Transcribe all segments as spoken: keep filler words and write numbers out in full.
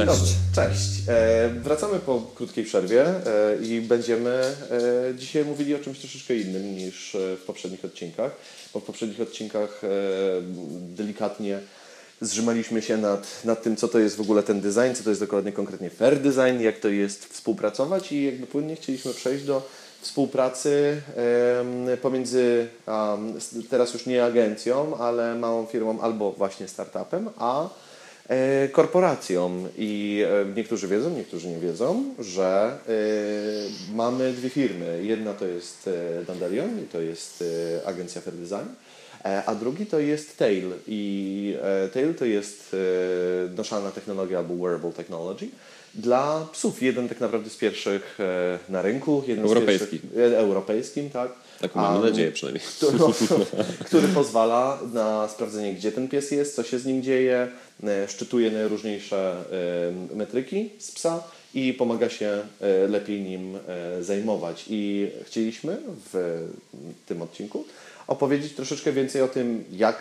Cześć. Dobry. Cześć. E, wracamy po krótkiej przerwie e, i będziemy e, dzisiaj mówili o czymś troszeczkę innym niż w poprzednich odcinkach, bo w poprzednich odcinkach e, delikatnie zrzymaliśmy się nad, nad tym, co to jest w ogóle ten design, co to jest dokładnie konkretnie fair design, jak to jest współpracować i jakby płynnie chcieliśmy przejść do współpracy e, pomiędzy a, teraz już nie agencją, ale małą firmą albo właśnie startupem, a e, korporacją. I e, niektórzy wiedzą, niektórzy nie wiedzą, że e, mamy dwie firmy. Jedna to jest e, Dandelion i to jest e, agencja Fair Design, e, a drugi to jest Tail. I e, Tail to jest e, noszalna technologia albo wearable technology dla psów. Jeden tak naprawdę z pierwszych e, na rynku. Jeden Europejski. Z pierwszych, e, europejskim, tak. Taką mamy um, nadzieję przynajmniej. Który, no, który pozwala na sprawdzenie, gdzie ten pies jest, co się z nim dzieje, e, szczytuje najróżniejsze e, metryki z psa i pomaga się e, lepiej nim e, zajmować. I chcieliśmy w tym odcinku opowiedzieć troszeczkę więcej o tym, jak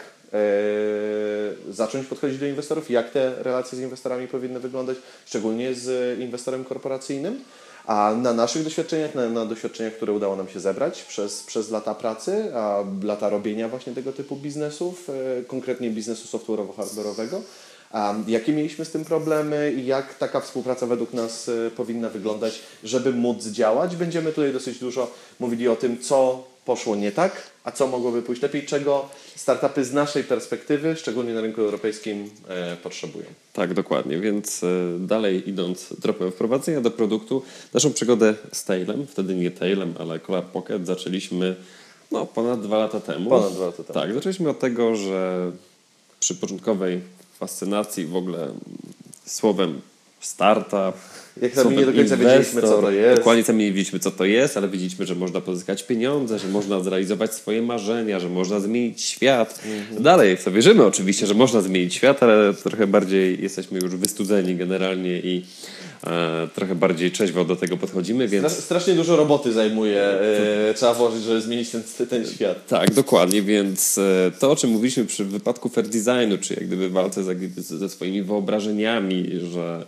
e, zacząć podchodzić do inwestorów, jak te relacje z inwestorami powinny wyglądać, szczególnie z inwestorem korporacyjnym. A na naszych doświadczeniach, na, na doświadczeniach, które udało nam się zebrać przez, przez lata pracy, a lata robienia właśnie tego typu biznesów, e, konkretnie biznesu software'owo-hardware'owego, a jakie mieliśmy z tym problemy i jak taka współpraca według nas e, powinna wyglądać, żeby móc działać. Będziemy tutaj dosyć dużo mówili o tym, co poszło nie tak, a co mogłoby pójść lepiej, czego startupy z naszej perspektywy, szczególnie na rynku europejskim, e, potrzebują. Tak, dokładnie, więc e, dalej idąc tropem wprowadzenia do produktu, naszą przygodę z Tailem, wtedy nie Tailem, ale Collar Pocket zaczęliśmy no, ponad dwa lata temu. Ponad dwa lata temu. Tak, zaczęliśmy od tego, że przy początkowej fascynacji w ogóle słowem startup, jak sami nie do końca wiedzieliśmy, co to jest. Dokładnie sami nie wiedzieliśmy, co to jest, ale wiedzieliśmy, że można pozyskać pieniądze, że można zrealizować swoje marzenia, że można zmienić świat. Mm-hmm. Dalej w to wierzymy oczywiście, że można zmienić świat, ale trochę bardziej jesteśmy już wystudzeni generalnie i e, trochę bardziej trzeźwo do tego podchodzimy. Więc... Strasz, strasznie dużo roboty zajmuje, e, trzeba włożyć, żeby zmienić ten, ten świat. Tak, dokładnie, więc e, to, o czym mówiliśmy przy wypadku fair designu, czy jak gdyby walce ze, ze swoimi wyobrażeniami, że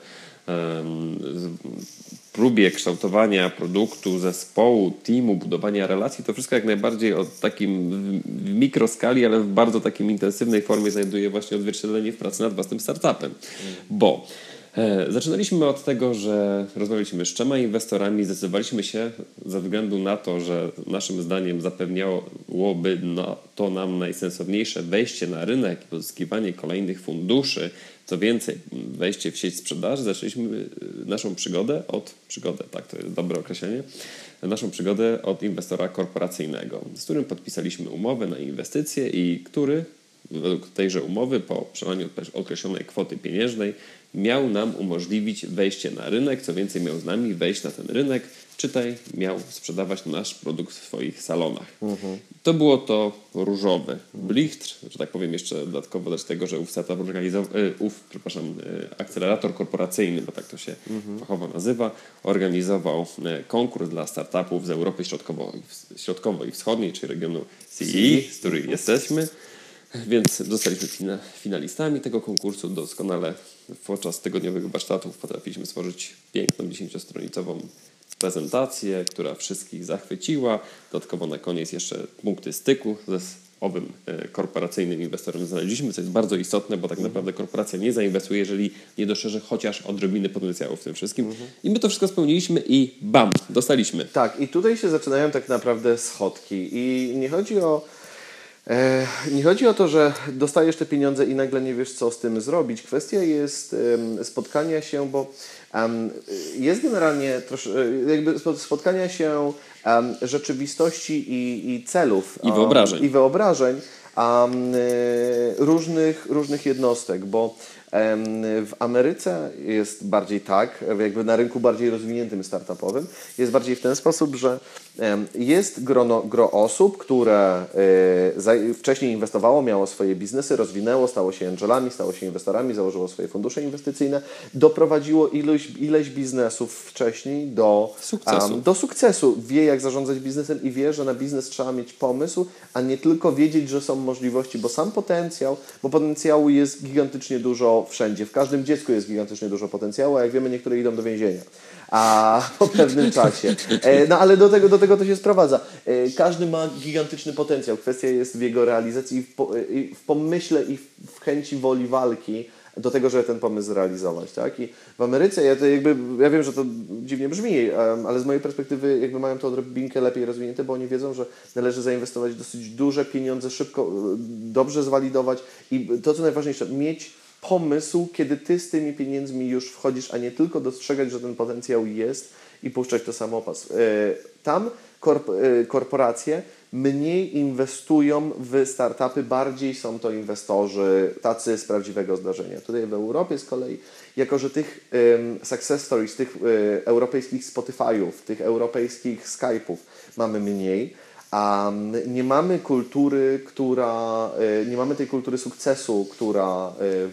próbie kształtowania produktu, zespołu, teamu, budowania relacji, to wszystko jak najbardziej o takim w mikroskali, ale w bardzo takim intensywnej formie znajduje właśnie odzwierciedlenie w pracy nad własnym startupem. Mm. Bo e, zaczynaliśmy od tego, że rozmawialiśmy z trzema inwestorami, zdecydowaliśmy się ze względu na to, że naszym zdaniem zapewniałoby no, to nam najsensowniejsze wejście na rynek i pozyskiwanie kolejnych funduszy. Co więcej, wejście w sieć sprzedaży, zaczęliśmy naszą przygodę od, przygodę, tak to jest dobre określenie, naszą przygodę od inwestora korporacyjnego, z którym podpisaliśmy umowę na inwestycje i który według tejże umowy po przelaniu określonej kwoty pieniężnej miał nam umożliwić wejście na rynek, co więcej miał z nami wejść na ten rynek, czytaj, miał sprzedawać nasz produkt w swoich salonach. Mhm. To było to różowy blichtr, że tak powiem jeszcze dodatkowo dać tego, że ów startup organizował, ów, przepraszam, akcelerator korporacyjny, bo tak to się mhm. fachowo nazywa, organizował konkurs dla startupów z Europy Środkowo, Środkowo i Wschodniej, czyli regionu C E, z której jesteśmy. Więc zostaliśmy fina, finalistami tego konkursu. Doskonale podczas tygodniowych warsztatów potrafiliśmy stworzyć piękną dziesięciostronicową prezentację, która wszystkich zachwyciła. Dodatkowo na koniec jeszcze punkty styku ze owym e, korporacyjnym inwestorem znaleźliśmy, co jest bardzo istotne, bo tak naprawdę korporacja nie zainwestuje, jeżeli nie doszerzy chociaż odrobiny potencjału w tym wszystkim. Mhm. I my to wszystko spełniliśmy i bam, dostaliśmy. Tak, i tutaj się zaczynają tak naprawdę schodki. I nie chodzi o E, nie chodzi o to, że dostajesz te pieniądze i nagle nie wiesz, co z tym zrobić. Kwestia jest um, spotkania się, bo um, jest generalnie trosz, jakby spotkania się um, rzeczywistości i, i celów. I wyobrażeń. Um, I wyobrażeń um, różnych, różnych jednostek, bo w Ameryce jest bardziej tak, jakby na rynku bardziej rozwiniętym startupowym, jest bardziej w ten sposób, że jest grono, gro osób, które wcześniej inwestowało, miało swoje biznesy, rozwinęło, stało się angelami, stało się inwestorami, założyło swoje fundusze inwestycyjne, doprowadziło ilość, ileś biznesów wcześniej do sukcesu. Um, do sukcesu. Wie, jak zarządzać biznesem i wie, że na biznes trzeba mieć pomysł, a nie tylko wiedzieć, że są możliwości, bo sam potencjał, bo potencjału jest gigantycznie dużo no wszędzie, w każdym dziecku jest gigantycznie dużo potencjału, a jak wiemy, niektóre idą do więzienia. A po pewnym czasie. No ale do tego, do tego to się sprowadza. Każdy ma gigantyczny potencjał. Kwestia jest w jego realizacji, w, po, w pomyśle i w chęci woli walki do tego, żeby ten pomysł zrealizować. Tak? I w Ameryce, ja, to jakby, ja wiem, że to dziwnie brzmi, ale z mojej perspektywy jakby mają to odrobinkę lepiej rozwinięte, bo oni wiedzą, że należy zainwestować dosyć duże pieniądze, szybko, dobrze zwalidować i to, co najważniejsze, mieć pomysł, kiedy ty z tymi pieniędzmi już wchodzisz, a nie tylko dostrzegać, że ten potencjał jest i puszczać to samopas. Tam korp- korporacje mniej inwestują w startupy, bardziej są to inwestorzy tacy z prawdziwego zdarzenia. Tutaj w Europie z kolei, jako że tych um, success stories, tych um, europejskich Spotify'ów, tych europejskich Skype'ów mamy mniej, a nie mamy kultury, która, nie mamy tej kultury sukcesu, która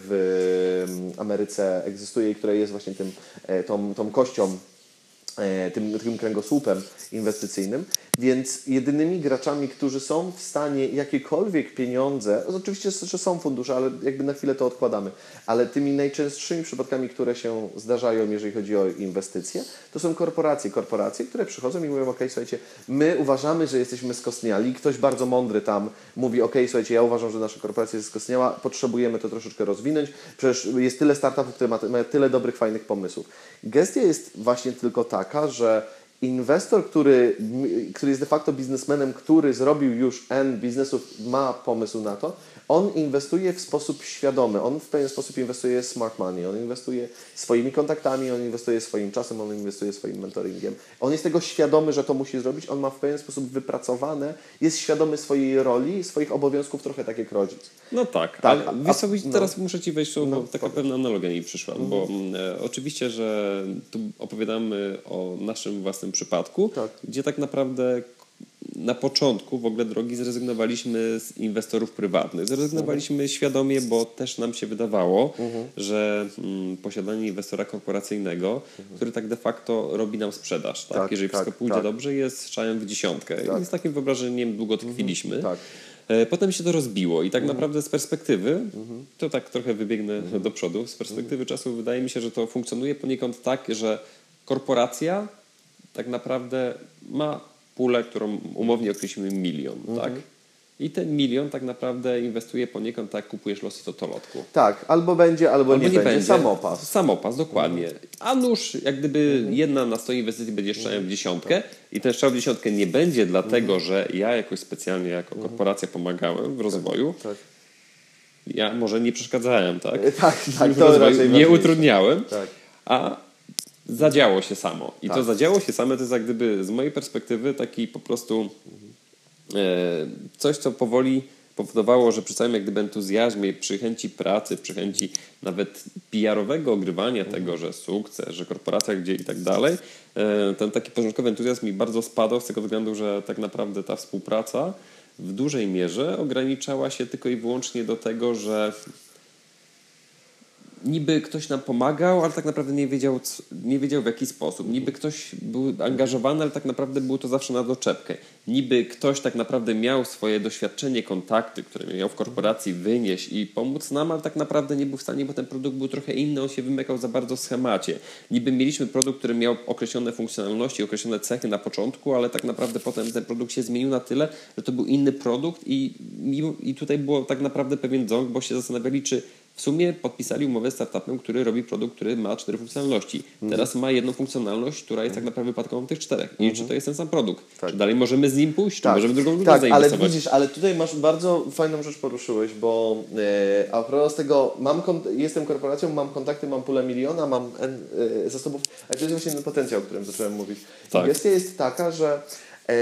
w Ameryce egzystuje i która jest właśnie tym, tą, tą kością, tym, tym kręgosłupem inwestycyjnym, więc jedynymi graczami, którzy są w stanie jakiekolwiek pieniądze, oczywiście, że są fundusze, ale jakby na chwilę to odkładamy, ale tymi najczęstszymi przypadkami, które się zdarzają, jeżeli chodzi o inwestycje, to są korporacje. Korporacje, które przychodzą i mówią, ok, słuchajcie, my uważamy, że jesteśmy skostniali, ktoś bardzo mądry tam mówi, ok, słuchajcie, ja uważam, że nasza korporacja jest skostniała, potrzebujemy to troszeczkę rozwinąć, przecież jest tyle startupów, które mają ma tyle dobrych, fajnych pomysłów. Gestia jest właśnie tylko taka, że inwestor, który, który jest de facto biznesmenem, który zrobił już N biznesów, ma pomysł na to, on inwestuje w sposób świadomy, on w pewien sposób inwestuje smart money, on inwestuje swoimi kontaktami, on inwestuje swoim czasem, on inwestuje swoim mentoringiem. On jest tego świadomy, że to musi zrobić, on ma w pewien sposób wypracowane, jest świadomy swojej roli, swoich obowiązków, trochę tak jak rodzic. No tak, tak ale a, wiesz, no, teraz muszę Ci wejść, bo no, taka pewna analogia mi przyszła, mhm. bo e, oczywiście, że tu opowiadamy o naszym własnym przypadku, tak. gdzie tak naprawdę na początku w ogóle drogi zrezygnowaliśmy z inwestorów prywatnych. Zrezygnowaliśmy mhm. świadomie, bo też nam się wydawało, mhm. że mm, posiadanie inwestora korporacyjnego, mhm. który tak de facto robi nam sprzedaż. Tak? Tak, Jeżeli tak, wszystko pójdzie tak. dobrze, jest szajem w dziesiątkę. Tak. I z takim wyobrażeniem długo tkwiliśmy. Mhm. Tak. Potem się to rozbiło i tak mhm. naprawdę z perspektywy, mhm. to tak trochę wybiegnę mhm. do przodu, z perspektywy mhm. czasu wydaje mi się, że to funkcjonuje poniekąd tak, że korporacja tak naprawdę ma pulę, którą umownie określimy milion, mhm. tak? I ten milion tak naprawdę inwestuje poniekąd tak, jak kupujesz losy w totolotku. Tak, albo będzie, albo, albo nie, nie będzie. będzie. Samopas. Samopas, dokładnie. Mhm. A nuż, jak gdyby mhm. jedna na sto inwestycji będzie strzałem w dziesiątkę tak. i ten strzał w dziesiątkę nie będzie dlatego, mhm. że ja jakoś specjalnie jako mhm. korporacja pomagałem w rozwoju. Tak, tak. Ja może nie przeszkadzałem, tak? Tak, tak. To raczej nie utrudniałem, tak. a zadziało się samo. I tak. to zadziało się same to jest jak gdyby z mojej perspektywy taki po prostu e, coś, co powoli powodowało, że przy całym jak gdyby entuzjazmie, przy chęci pracy, przy chęci nawet P R-owego ogrywania mhm. tego, że sukces, że korporacja gdzie i tak dalej, e, ten taki początkowy entuzjazm mi bardzo spadał z tego względu, że tak naprawdę ta współpraca w dużej mierze ograniczała się tylko i wyłącznie do tego, że niby ktoś nam pomagał, ale tak naprawdę nie wiedział, nie wiedział w jaki sposób. Niby ktoś był angażowany, ale tak naprawdę było to zawsze na doczepkę. Niby ktoś tak naprawdę miał swoje doświadczenie, kontakty, które miał w korporacji wynieść i pomóc nam, ale tak naprawdę nie był w stanie, bo ten produkt był trochę inny, on się wymykał za bardzo w schemacie. Niby mieliśmy produkt, który miał określone funkcjonalności, określone cechy na początku, ale tak naprawdę potem ten produkt się zmienił na tyle, że to był inny produkt i, i tutaj było tak naprawdę pewien ząg, bo się zastanawiali, czy w sumie podpisali umowę z startupem, który robi produkt, który ma cztery funkcjonalności. Mhm. Teraz ma jedną funkcjonalność, która jest tak naprawdę wypadkową tych czterech. I mhm. czy to jest ten sam produkt? Tak. Czy dalej możemy z nim pójść? Tak. Czy możemy drugą drugą tak, zainwestować? Ale widzisz, ale tutaj masz bardzo fajną rzecz poruszyłeś, bo e, a propos tego, mam jestem korporacją, mam kontakty, mam pulę miliona, mam e, zasobów, ale to jest właśnie ten potencjał, o którym zacząłem mówić. Tak. Kwestia jest taka, że e,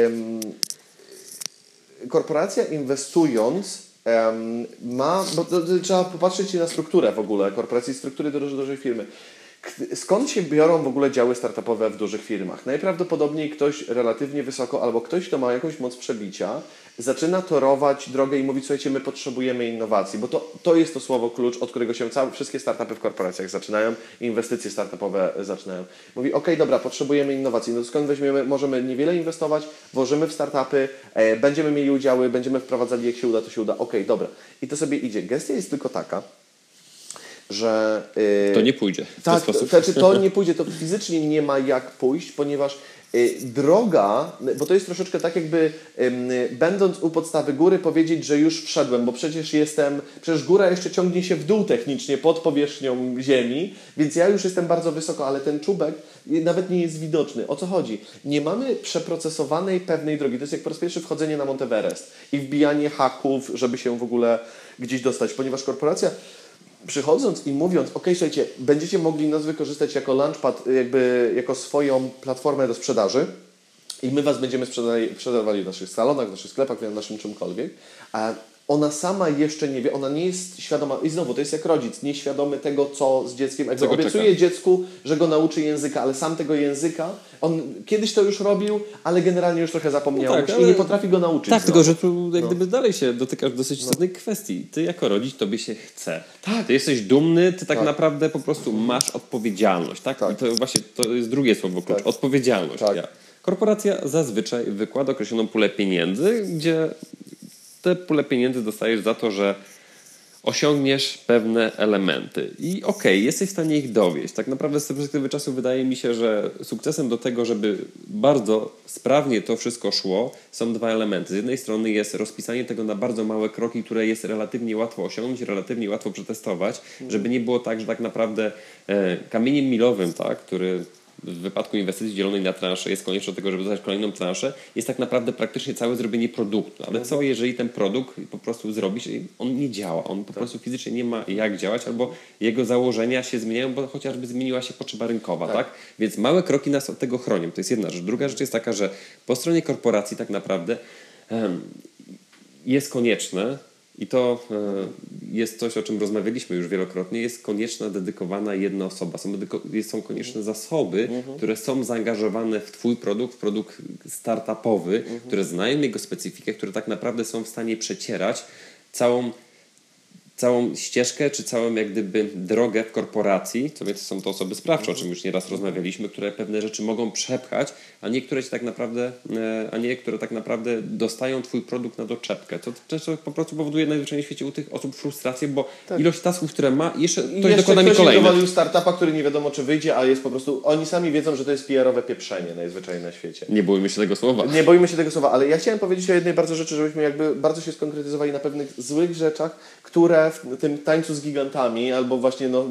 korporacja inwestując Um, ma, bo to, to, trzeba popatrzeć na strukturę w ogóle korporacji, struktury dużej, dużej firmy. Skąd się biorą w ogóle działy startupowe w dużych firmach? Najprawdopodobniej ktoś relatywnie wysoko albo ktoś, kto ma jakąś moc przebicia, zaczyna torować drogę i mówi, słuchajcie, my potrzebujemy innowacji, bo to, to jest to słowo klucz, od którego się całe, wszystkie startupy w korporacjach zaczynają, inwestycje startupowe zaczynają. Mówi, okej, dobra, potrzebujemy innowacji, no skąd weźmiemy, możemy niewiele inwestować, włożymy w startupy, e, będziemy mieli udziały, będziemy wprowadzali, jak się uda, to się uda, okej, dobra. I to sobie idzie. Gestia jest tylko taka, że... Yy, to nie pójdzie w tak, ten sposób. To, znaczy to nie pójdzie, to fizycznie nie ma jak pójść, ponieważ yy, droga, bo to jest troszeczkę tak jakby yy, będąc u podstawy góry powiedzieć, że już wszedłem, bo przecież jestem, przecież góra jeszcze ciągnie się w dół technicznie pod powierzchnią ziemi, więc ja już jestem bardzo wysoko, ale ten czubek nawet nie jest widoczny. O co chodzi? Nie mamy przeprocesowanej pewnej drogi. To jest jak po raz pierwszy wchodzenie na Monteverest i wbijanie haków, żeby się w ogóle gdzieś dostać, ponieważ korporacja przychodząc i mówiąc, ok, słuchajcie, będziecie mogli nas wykorzystać jako launchpad, jakby jako swoją platformę do sprzedaży i my was będziemy sprzedawali, sprzedawali w naszych salonach, w naszych sklepach, w naszym czymkolwiek, a ona sama jeszcze nie wie, ona nie jest świadoma, i znowu, to jest jak rodzic, nieświadomy tego, co z dzieckiem, jakby obiecuje czeka. dziecku, że go nauczy języka, ale sam tego języka, on kiedyś to już robił, ale generalnie już trochę zapomniał no tak, i nie potrafi go nauczyć. Tak, tylko że tu jak no. gdyby dalej się dotykasz dosyć istotnej no. kwestii. Ty jako rodzic, tobie się chce. Tak. Ty jesteś dumny, ty tak, tak naprawdę po prostu masz odpowiedzialność. Tak? tak. I to właśnie to jest drugie słowo klucz. Tak. Odpowiedzialność. Tak. Ja. Korporacja zazwyczaj wykłada określoną pulę pieniędzy, gdzie te pulę pieniędzy dostajesz za to, że osiągniesz pewne elementy. I okej, okay, jesteś w stanie ich dowieść. Tak naprawdę z perspektywy czasu wydaje mi się, że sukcesem do tego, żeby bardzo sprawnie to wszystko szło, są dwa elementy. Z jednej strony jest rozpisanie tego na bardzo małe kroki, które jest relatywnie łatwo osiągnąć, relatywnie łatwo przetestować, żeby nie było tak, że tak naprawdę e, kamieniem milowym, tak, który w wypadku inwestycji dzielonej na transze jest konieczne do tego, żeby dostać kolejną transzę, jest tak naprawdę praktycznie całe zrobienie produktu. Ale co jeżeli ten produkt po prostu zrobisz i on nie działa, on po tak. prostu fizycznie nie ma jak działać, albo jego założenia się zmieniają, bo chociażby zmieniła się potrzeba rynkowa, tak? tak? Więc małe kroki nas od tego chronią. To jest jedna rzecz. Druga rzecz jest taka, że po stronie korporacji tak naprawdę um, jest konieczne, i to jest coś, o czym rozmawialiśmy już wielokrotnie, jest konieczna, dedykowana jedna osoba. Są, dedyko- są konieczne zasoby, mhm. które są zaangażowane w Twój produkt, w produkt startupowy, mhm. które znają jego specyfikę, które tak naprawdę są w stanie przecierać całą całą ścieżkę, czy całą jak gdyby drogę w korporacji, co więc są to osoby sprawcze, o czym już nieraz rozmawialiśmy, które pewne rzeczy mogą przepchać, a niektóre ci tak naprawdę, a nie, które tak naprawdę dostają twój produkt na doczepkę. To często po prostu powoduje najzwyczajniej w świecie u tych osób frustrację, bo tak. ilość tasków, które ma, jeszcze ktoś jeszcze dokona mi kolejne. Dowalił startupa, który nie wiadomo czy wyjdzie, a jest po prostu, oni sami wiedzą, że to jest P R-owe pieprzenie najzwyczajniej na świecie. Nie boimy się tego słowa. Nie boimy się tego słowa, ale ja chciałem powiedzieć o jednej bardzo rzeczy, żebyśmy jakby bardzo się skonkretyzowali na pewnych złych rzeczach, które w tym tańcu z gigantami, albo właśnie no,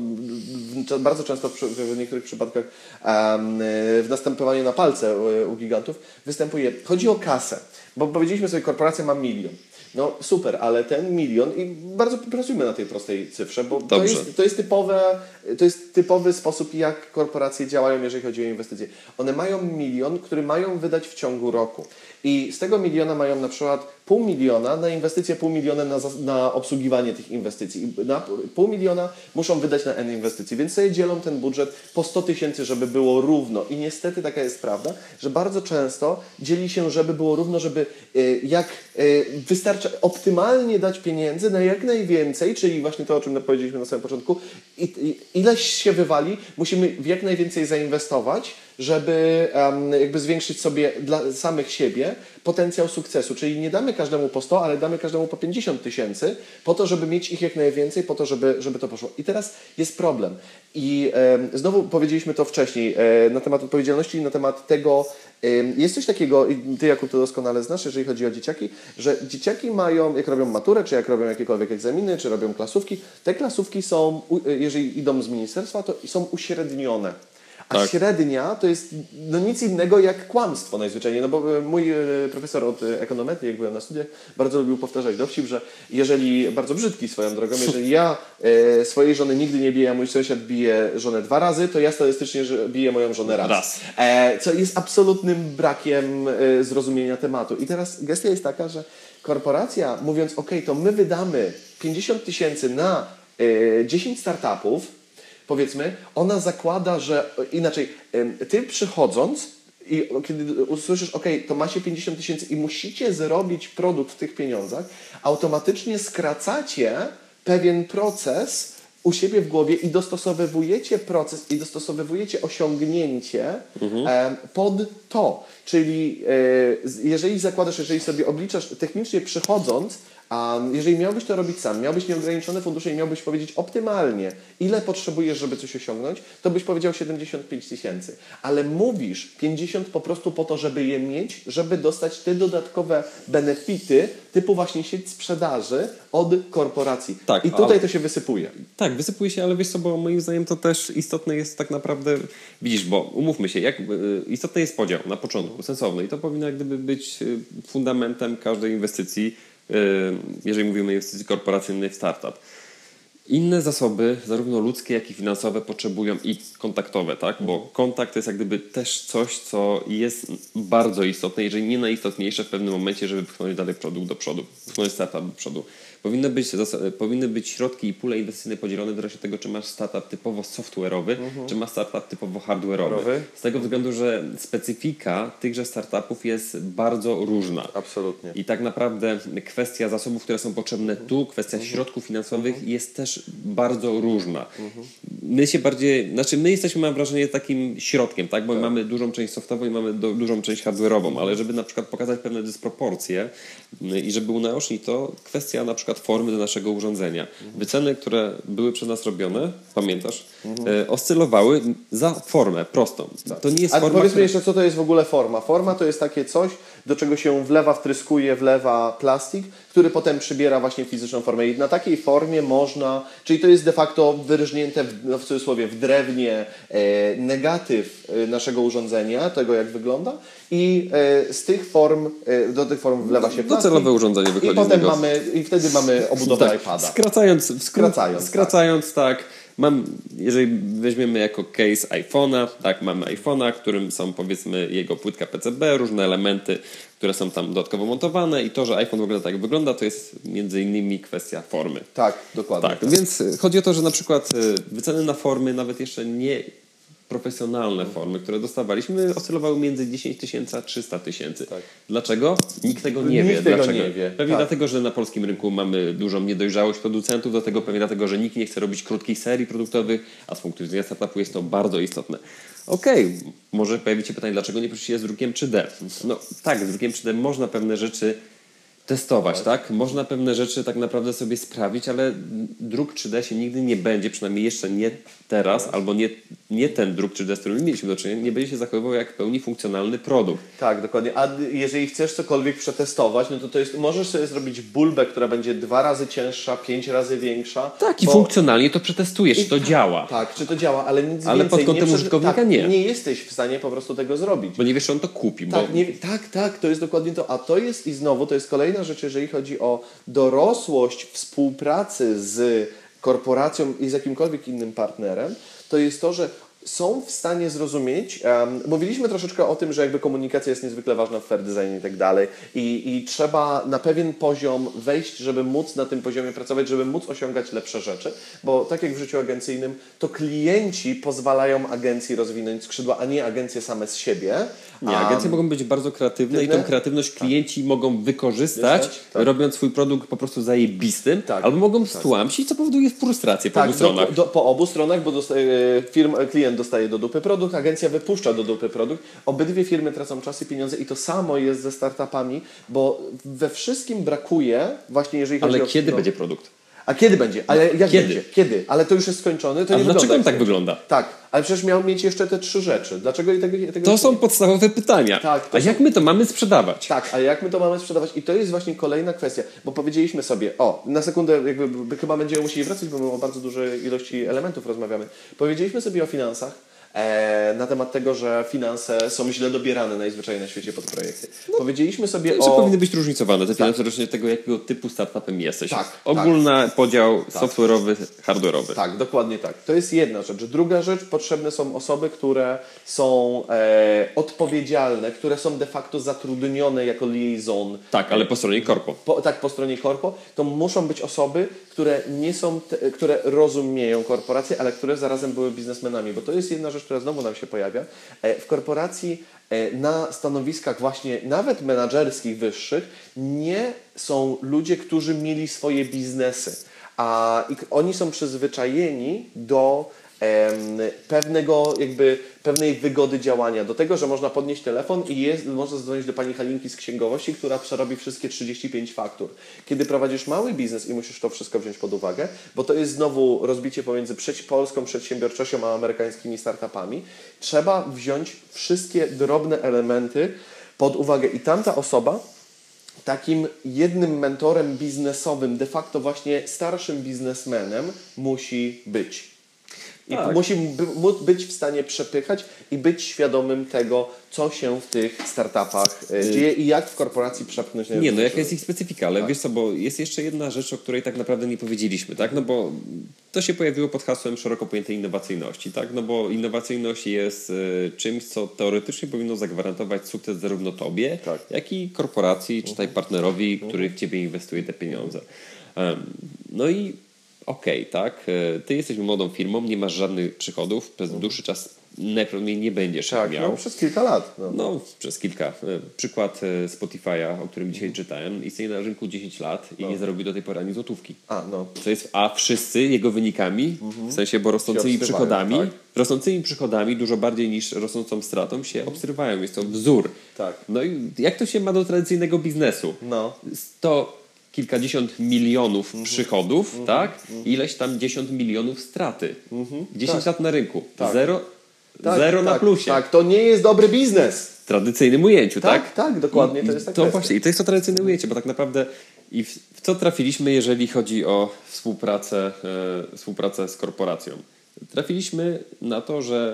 bardzo często w, w niektórych przypadkach um, w następowaniu na palce u, u gigantów występuje. Chodzi o kasę, bo powiedzieliśmy sobie, korporacja ma milion. No super, ale ten milion i bardzo pracujmy na tej prostej cyfrze, bo to jest, to, jest typowe, to jest typowy sposób, jak korporacje działają, jeżeli chodzi o inwestycje. One mają milion, który mają wydać w ciągu roku. I z tego miliona mają na przykład pół miliona na inwestycje, pół miliona na, na obsługiwanie tych inwestycji. I na pół miliona muszą wydać na N inwestycji, więc sobie dzielą ten budżet po sto tysięcy, żeby było równo. I niestety taka jest prawda, że bardzo często dzieli się, żeby było równo, żeby y, jak y, wystarcza optymalnie dać pieniędzy na jak najwięcej, czyli właśnie to, o czym powiedzieliśmy na samym początku, i, i, ileś się wywali, musimy w jak najwięcej zainwestować, żeby um, jakby zwiększyć sobie dla samych siebie potencjał sukcesu. Czyli nie damy każdemu po sto, ale damy każdemu po pięćdziesiąt tysięcy po to, żeby mieć ich jak najwięcej, po to, żeby, żeby to poszło. I teraz jest problem. I e, znowu powiedzieliśmy to wcześniej e, na temat odpowiedzialności i na temat tego, e, jest coś takiego, i Ty Jakub to doskonale znasz, jeżeli chodzi o dzieciaki, że dzieciaki mają, jak robią maturę, czy jak robią jakiekolwiek egzaminy, czy robią klasówki, te klasówki są, jeżeli idą z ministerstwa, to są uśrednione. A tak. Średnia to jest no nic innego jak kłamstwo najzwyczajniej. No bo mój profesor od ekonometrii, jak byłem na studiach, bardzo lubił powtarzać dowcip, że jeżeli, bardzo brzydki swoją drogą, jeżeli ja e, swojej żony nigdy nie biję, a mój sąsiad bije żonę dwa razy, to ja statystycznie że biję moją żonę raz. raz. E, co jest absolutnym brakiem e, zrozumienia tematu. I teraz gestia jest taka, że korporacja, mówiąc ok, to my wydamy pięćdziesiąt tysięcy na e, dziesięć startupów, powiedzmy, ona zakłada, że inaczej, ty przychodząc i kiedy usłyszysz, ok, to macie pięćdziesiąt tysięcy i musicie zrobić produkt w tych pieniądzach, automatycznie skracacie pewien proces u siebie w głowie i dostosowujecie proces i dostosowujecie osiągnięcie mhm. pod to. Czyli jeżeli zakładasz, jeżeli sobie obliczasz technicznie przychodząc, A jeżeli miałbyś to robić sam, miałbyś nieograniczone fundusze i miałbyś powiedzieć optymalnie, ile potrzebujesz, żeby coś osiągnąć, to byś powiedział siedemdziesiąt pięć tysięcy. Ale mówisz pięćdziesiąt po prostu po to, żeby je mieć, żeby dostać te dodatkowe benefity, typu właśnie sieć sprzedaży od korporacji. Tak, I tutaj ale... to się wysypuje. Tak, wysypuje się, ale wiesz co, bo moim zdaniem to też istotne jest tak naprawdę, widzisz, bo umówmy się, jak, y, istotny jest podział na początku, sensowny i to powinno jak gdyby być y, fundamentem każdej inwestycji, y, jeżeli mówimy o inwestycji korporacyjnej w startup. Inne zasoby, zarówno ludzkie, jak i finansowe, potrzebują i kontaktowe, tak? Bo kontakt to jest jak gdyby też coś, co jest bardzo istotne, jeżeli nie najistotniejsze w pewnym momencie, żeby pchnąć dalej produkt do przodu, pchnąć startup do przodu. Powinny być, powinny być środki i pule inwestycyjne podzielone w zależności od tego, czy masz startup typowo software'owy, mhm. czy masz startup typowo hardware'owy. Z tego względu, że specyfika tychże startupów jest bardzo różna. Absolutnie. I tak naprawdę kwestia zasobów, które są potrzebne tu, kwestia mhm. środków finansowych mhm. jest też bardzo różna. Mhm. My się bardziej, znaczy my jesteśmy, mam wrażenie, takim środkiem, tak? Bo tak. mamy dużą część softową i mamy do, dużą część hardware'ową, mhm. ale żeby na przykład pokazać pewne dysproporcje i żeby unaocznić to, kwestia na przykład formy do naszego urządzenia. Mhm. Wyceny, które były przez nas robione, pamiętasz, mhm. e, oscylowały za formę prostą. Tak. To nie jest Ale forma, powiedzmy która... jeszcze, co to jest w ogóle forma. Forma to jest takie coś, do czego się wlewa, wtryskuje, wlewa plastik, który potem przybiera właśnie fizyczną formę. I na takiej formie można, czyli to jest de facto wyrżnięte w, no w cudzysłowie w drewnie e, negatyw e, naszego urządzenia, tego jak wygląda i e, z tych form, e, do tych form wlewa się plastik. Docelowe urządzenie wychodzi i potem z niego. mamy, i wtedy mamy obudowę tak, iPada. Skracając, skr- skracając, skracając tak. tak. Mam, jeżeli weźmiemy jako case iPhone'a, tak, mamy iPhone'a, którym są powiedzmy jego płytka P C B, różne elementy, które są tam dodatkowo montowane i to, że iPhone wygląda tak jak wygląda, to jest między innymi kwestia formy. Tak, dokładnie. Tak, tak. Więc chodzi o to, że na przykład wyceny na formy, nawet jeszcze nie profesjonalne formy, które dostawaliśmy, oscylowały między dziesięć tysięcy a trzysta tysięcy. Tak. Dlaczego? Nikt tego nie nikt wie. Tego Dlaczego? nie wie. Pewnie tak. dlatego, że na polskim rynku mamy dużą niedojrzałość producentów, do tego pewnie dlatego, że nikt nie chce robić krótkich serii produktowych, a z punktu widzenia startupu jest to bardzo istotne. Okej, okay. Może pojawi się pytanie, dlaczego nie przyszli z drukiem trzy D? No tak, z drukiem trzy D można pewne rzeczy testować, tak. tak? Można pewne rzeczy tak naprawdę sobie sprawić, ale druk trzy D się nigdy nie będzie, przynajmniej jeszcze nie teraz, tak. albo nie, nie ten druk trzy D, z którym mieliśmy do czynienia, nie będzie się zachowywał jak w pełni funkcjonalny produkt. Tak, dokładnie. A jeżeli chcesz cokolwiek przetestować, no to, to jest, możesz sobie zrobić bulbę, która będzie dwa razy cięższa, pięć razy większa. Tak, i bo... funkcjonalnie to przetestujesz, I... czy to działa. Tak, czy to działa, ale nic ale więcej. pod kątem nie użytkownika tak, nie. Nie jesteś w stanie po prostu tego zrobić. Bo nie wiesz, czy on to kupi. Tak, bo... nie, tak, tak, to jest dokładnie to. A to jest i znowu, to jest kolejna rzecz, jeżeli chodzi o dorosłość współpracy z korporacją i z jakimkolwiek innym partnerem, to jest to, że są w stanie zrozumieć, um, mówiliśmy troszeczkę o tym, że jakby komunikacja jest niezwykle ważna w fair designie i tak dalej i, i trzeba na pewien poziom wejść, żeby móc na tym poziomie pracować, żeby móc osiągać lepsze rzeczy, bo tak jak w życiu agencyjnym, to klienci pozwalają agencji rozwinąć skrzydła, a nie agencje same z siebie. Nie, agencje um, mogą być bardzo kreatywne i tą kreatywność klienci tak. mogą wykorzystać, tak. robiąc swój produkt po prostu zajebistym, tak. albo mogą tak. stłamsić, co powoduje frustrację po tak, obu stronach. Do, do, po obu stronach, bo dostaje, firm, klient dostaje do dupy produkt, agencja wypuszcza do dupy produkt. Obydwie firmy tracą czas i pieniądze i to samo jest ze startupami, bo we wszystkim brakuje właśnie jeżeli chodzi Ale o... Ale kiedy no, będzie produkt? A kiedy będzie? Ale jak kiedy? będzie? Kiedy? Ale to już jest skończone, to A nie dlaczego wygląda. on tak wygląda? Tak, ale przecież miał mieć jeszcze te trzy rzeczy. Dlaczego tego, tego To są podstawowe pytania. Tak, a są... jak my to mamy sprzedawać? Tak, a jak my to mamy sprzedawać? I to jest właśnie kolejna kwestia, bo powiedzieliśmy sobie, o, na sekundę jakby chyba będziemy musieli wracać, bo my o bardzo dużej ilości elementów rozmawiamy. Powiedzieliśmy sobie o finansach, E, na temat tego, że finanse są źle dobierane najzwyczajniej na świecie pod projekty. No, powiedzieliśmy sobie to, o... powinny być różnicowane te finanse, zależnie od tego, jakiego typu startupem jesteś. Tak, Ogólny tak. podział tak. software'owy, hardware'owy. Tak, dokładnie tak. To jest jedna rzecz. Druga rzecz, potrzebne są osoby, które są e, odpowiedzialne, które są de facto zatrudnione jako liaison. Tak, ale po stronie korpo. Po, tak, po stronie korpo. To muszą być osoby, które nie są, te, które rozumieją korporacje, ale które zarazem były biznesmenami, bo to jest jedna rzecz, która znowu nam się pojawia. W korporacji na stanowiskach właśnie nawet menadżerskich wyższych nie są ludzie, którzy mieli swoje biznesy, a oni są przyzwyczajeni do pewnego jakby, pewnej wygody działania, do tego, że można podnieść telefon i jest, można zadzwonić do pani Halinki z księgowości, która przerobi wszystkie trzydzieści pięć faktur. Kiedy prowadzisz mały biznes i musisz to wszystko wziąć pod uwagę, bo to jest znowu rozbicie pomiędzy polską przedsiębiorczością a amerykańskimi startupami, trzeba wziąć wszystkie drobne elementy pod uwagę i tamta osoba takim jednym mentorem biznesowym, de facto właśnie starszym biznesmenem musi być. I tak. musi b- być w stanie przepychać i być świadomym tego, co się w tych startupach y- dzieje i jak w korporacji przepchnąć. Nie, no jaka jest ich specyfika, ale tak. wiesz co, bo jest jeszcze jedna rzecz, o której tak naprawdę nie powiedzieliśmy, tak? No bo to się pojawiło pod hasłem szeroko pojętej innowacyjności, tak? No bo innowacyjność jest y, czymś, co teoretycznie powinno zagwarantować sukces zarówno tobie, tak. jak i korporacji, czy tutaj partnerowi, uh-huh. który w ciebie inwestuje te pieniądze. Um, no i okej, okay, tak, ty jesteś młodą firmą, nie masz żadnych przychodów, przez dłuższy czas najprawdopodobniej nie będziesz tak, miał. No, przez kilka lat. No. no, przez kilka. Przykład Spotify'a, o którym dzisiaj czytałem, istnieje na rynku dziesięć lat i no. nie zarobił do tej pory ani złotówki. A, no. Co jest, a wszyscy jego wynikami, mhm. w sensie, bo rosnącymi przychodami, tak? rosnącymi przychodami dużo bardziej niż rosnącą stratą się mhm. obserwują. Jest to wzór. Tak. No i jak to się ma do tradycyjnego biznesu? No. To kilkadziesiąt milionów mm-hmm. przychodów, mm-hmm. tak? Mm-hmm. Ileś tam dziesiąt milionów straty. Mm-hmm. dziesięć tak. lat na rynku. Tak. Zero, tak, zero tak, na plusie. Tak, to nie jest dobry biznes. W tradycyjnym ujęciu, tak? Tak, tak, dokładnie. I, to jest tak to właśnie, I to jest to tradycyjne ujęcie, bo tak naprawdę i w, w co trafiliśmy, jeżeli chodzi o współpracę, e, współpracę z korporacją? Trafiliśmy na to, że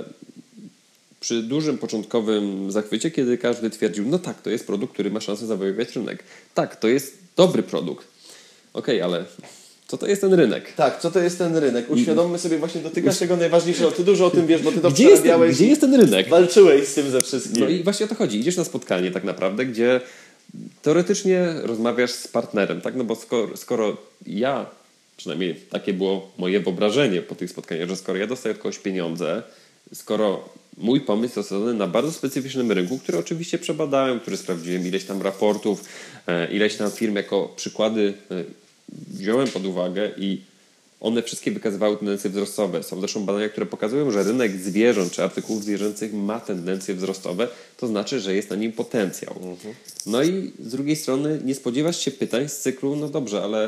przy dużym początkowym zachwycie, kiedy każdy twierdził, no tak, to jest produkt, który ma szansę zawojować rynek. Tak, to jest dobry produkt. Okej, okay, ale co to jest ten rynek? Tak, co to jest ten rynek? Uświadommy sobie, właśnie dotykasz tego najważniejszego. Ty dużo o tym wiesz, bo ty to gdzie jest, ten, gdzie jest ten rynek? Walczyłeś z tym ze wszystkim. No i właśnie o to chodzi. Idziesz na spotkanie tak naprawdę, gdzie teoretycznie rozmawiasz z partnerem, tak? No bo skoro, skoro ja, przynajmniej takie było moje wyobrażenie po tych spotkaniach, że skoro ja dostaję od kogoś pieniądze, skoro mój pomysł jest osadzony na bardzo specyficznym rynku, który oczywiście przebadałem, który sprawdziłem ileś tam raportów, ileś tam firm jako przykłady wziąłem pod uwagę i one wszystkie wykazywały tendencje wzrostowe. Są zresztą badania, które pokazują, że rynek zwierząt czy artykułów zwierzęcych ma tendencje wzrostowe, to znaczy, że jest na nim potencjał. Mhm. No i z drugiej strony nie spodziewasz się pytań z cyklu, no dobrze, ale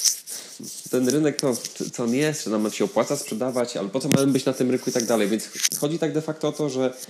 ten rynek, to co on jest, czy nam się opłaca sprzedawać, ale po co mamy być na tym rynku i tak dalej. Więc chodzi tak de facto o to, że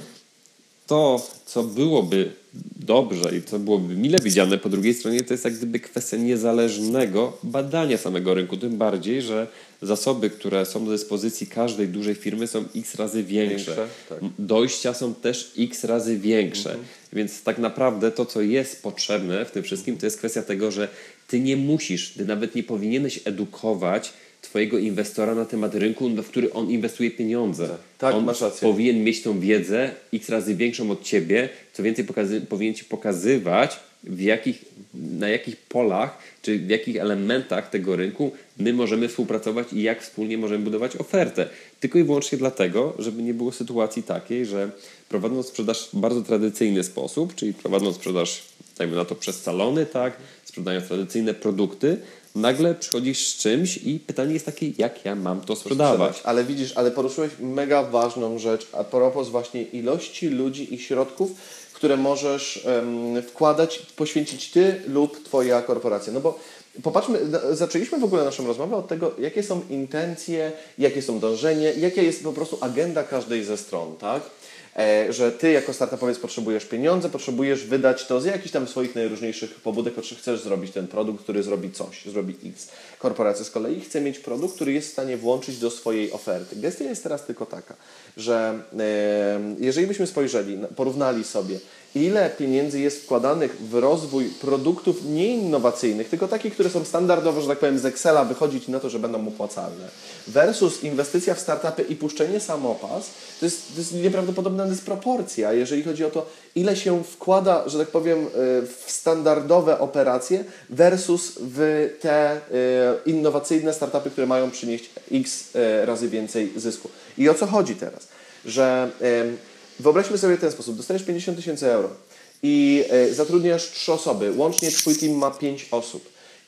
to, co byłoby dobrze i co byłoby mile widziane po drugiej stronie, to jest jak gdyby kwestia niezależnego badania samego rynku. Tym bardziej, że zasoby, które są do dyspozycji każdej dużej firmy są x razy większe. większe tak. Dojścia są też x razy większe. Mhm. Więc tak naprawdę to, co jest potrzebne w tym wszystkim, to jest kwestia tego, że ty nie musisz, ty nawet nie powinieneś edukować twojego inwestora na temat rynku, w który on inwestuje pieniądze. Tak, on masz rację. powinien mieć tą wiedzę x razy większą od ciebie, co więcej pokazy- powinien ci pokazywać, w jakich, na jakich polach, czy w jakich elementach tego rynku my możemy współpracować i jak wspólnie możemy budować ofertę. Tylko i wyłącznie dlatego, żeby nie było sytuacji takiej, że prowadząc sprzedaż w bardzo tradycyjny sposób, czyli prowadząc sprzedaż, dajmy na to przez salony, tak, sprzedając tradycyjne produkty, nagle przychodzisz z czymś i pytanie jest takie, jak ja mam to sprzedawać. Sprzedać. Ale widzisz, ale poruszyłeś mega ważną rzecz a propos właśnie ilości ludzi i środków, które możesz um, wkładać, poświęcić ty lub twoja korporacja. No bo popatrzmy, zaczęliśmy w ogóle naszą rozmowę od tego, jakie są intencje, jakie są dążenie, jaka jest po prostu agenda każdej ze stron, tak? E, że ty jako startupowiec potrzebujesz pieniądze, potrzebujesz wydać to z jakichś tam swoich najróżniejszych pobudek, chcesz zrobić ten produkt, który zrobi coś, zrobi X. Korporacja z kolei chce mieć produkt, który jest w stanie włączyć do swojej oferty. Gestia jest teraz tylko taka, że e, jeżeli byśmy spojrzeli, porównali sobie, ile pieniędzy jest wkładanych w rozwój produktów nieinnowacyjnych, tylko takich, które są standardowo, że tak powiem, z Excela wychodzić na to, że będą opłacalne, versus inwestycja w startupy i puszczenie samopas, to jest, to jest nieprawdopodobna dysproporcja, jeżeli chodzi o to, ile się wkłada, że tak powiem, w standardowe operacje versus w te innowacyjne startupy, które mają przynieść X razy więcej zysku. I o co chodzi teraz? Że wyobraźmy sobie w ten sposób, dostajesz pięćdziesiąt tysięcy euro i zatrudniasz trzy osoby, łącznie twój team ma pięć osób.